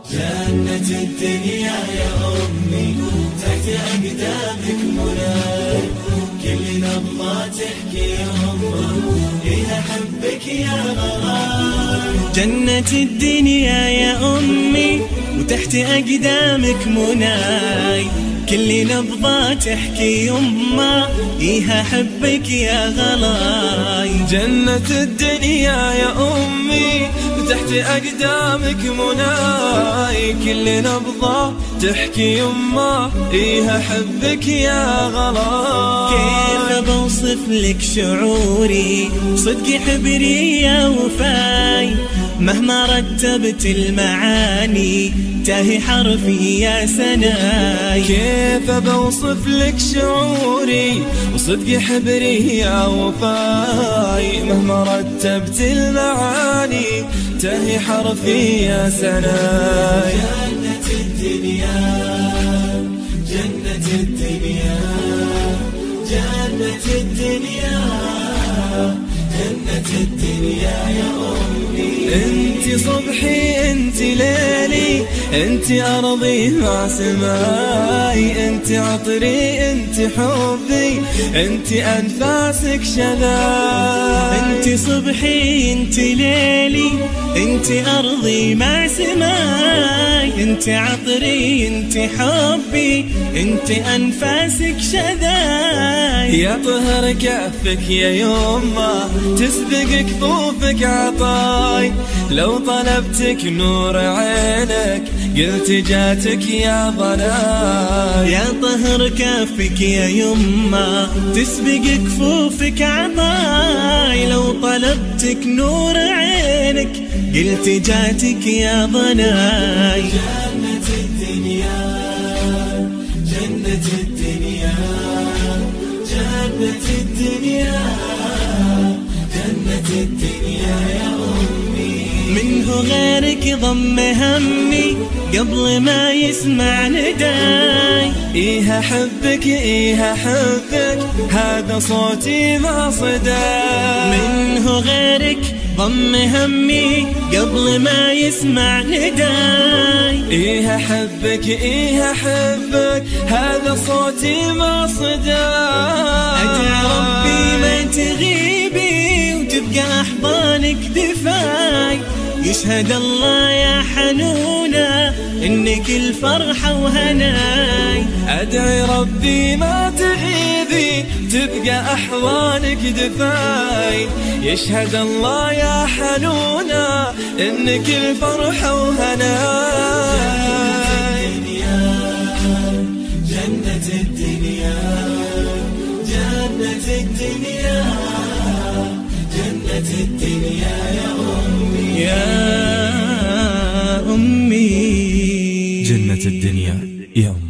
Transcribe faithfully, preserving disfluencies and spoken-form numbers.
جنة الدنيا يا أمي تحت أقدامك مناي، كل نبضة تحكي أمه إذا حبك يا غلاي. جنة الدنيا يا أمي وتحت أقدامك مناي، كل نبضة تحكي يما إيها حبك يا غلاي. جنة الدنيا يا أمي تحت أقدامك مناي، كل نبضة تحكي يما إيها حبك يا غلاي. كيف بوصف لك شعوري صدقي حبري يا وفاي، مهما رتبت المعاني تاهي حرفي يا سناي. كيف بوصف لك شعوري وصدقي حبري يا وفاي، مهما رتبت المعاني تاهي حرفي يا سناي. جنة الدنيا جنة الدنيا جنة الدنيا جنة الدنيا يا أمي. انت صبحي انت ليلي انت أرضي مع سماي، انت عطري انت حبي انت أنفاسك شذاي. انت صبحي انت ليلي انت أرضي مع سماي، انت عطري انت حبي انت أنفاسك شذاي. يا طهر كفك يا يما تسبق كفوفك عطاي، لو طلبتك نور عينك قلت جاتك يا ضناي. يا طهر كفك يا يما تسبق كفوفك عطاي، لو طلبتك نور عينك قلت جاتك يا ضناي. جنة الدنيا جنة الدنيا جنة الدنيا جنة الدنيا يا أمي. منه غيرك ضم همي قبل ما يسمع نداي، إيها حبك إيها حبك هذا صوتي ما صداي. منه غيرك ضم همي قبل ما يسمع نداي، إيها حبك إيها حبك هذا صوتي ما صداي. أدعى ربي ما تغيبي وتبقى أحضانك دفاي، يشهد الله يا حنونة إنك الفرحة وهناي. أدعي ربي ما تغيبي تبقى أحضانك دفاي، يشهد الله يا حنونة إنك الفرحة وهناي. جنة الدنيا جنة الدنيا جنة الدنيا يا أمي يا أمي. جنة الدنيا يا أمي.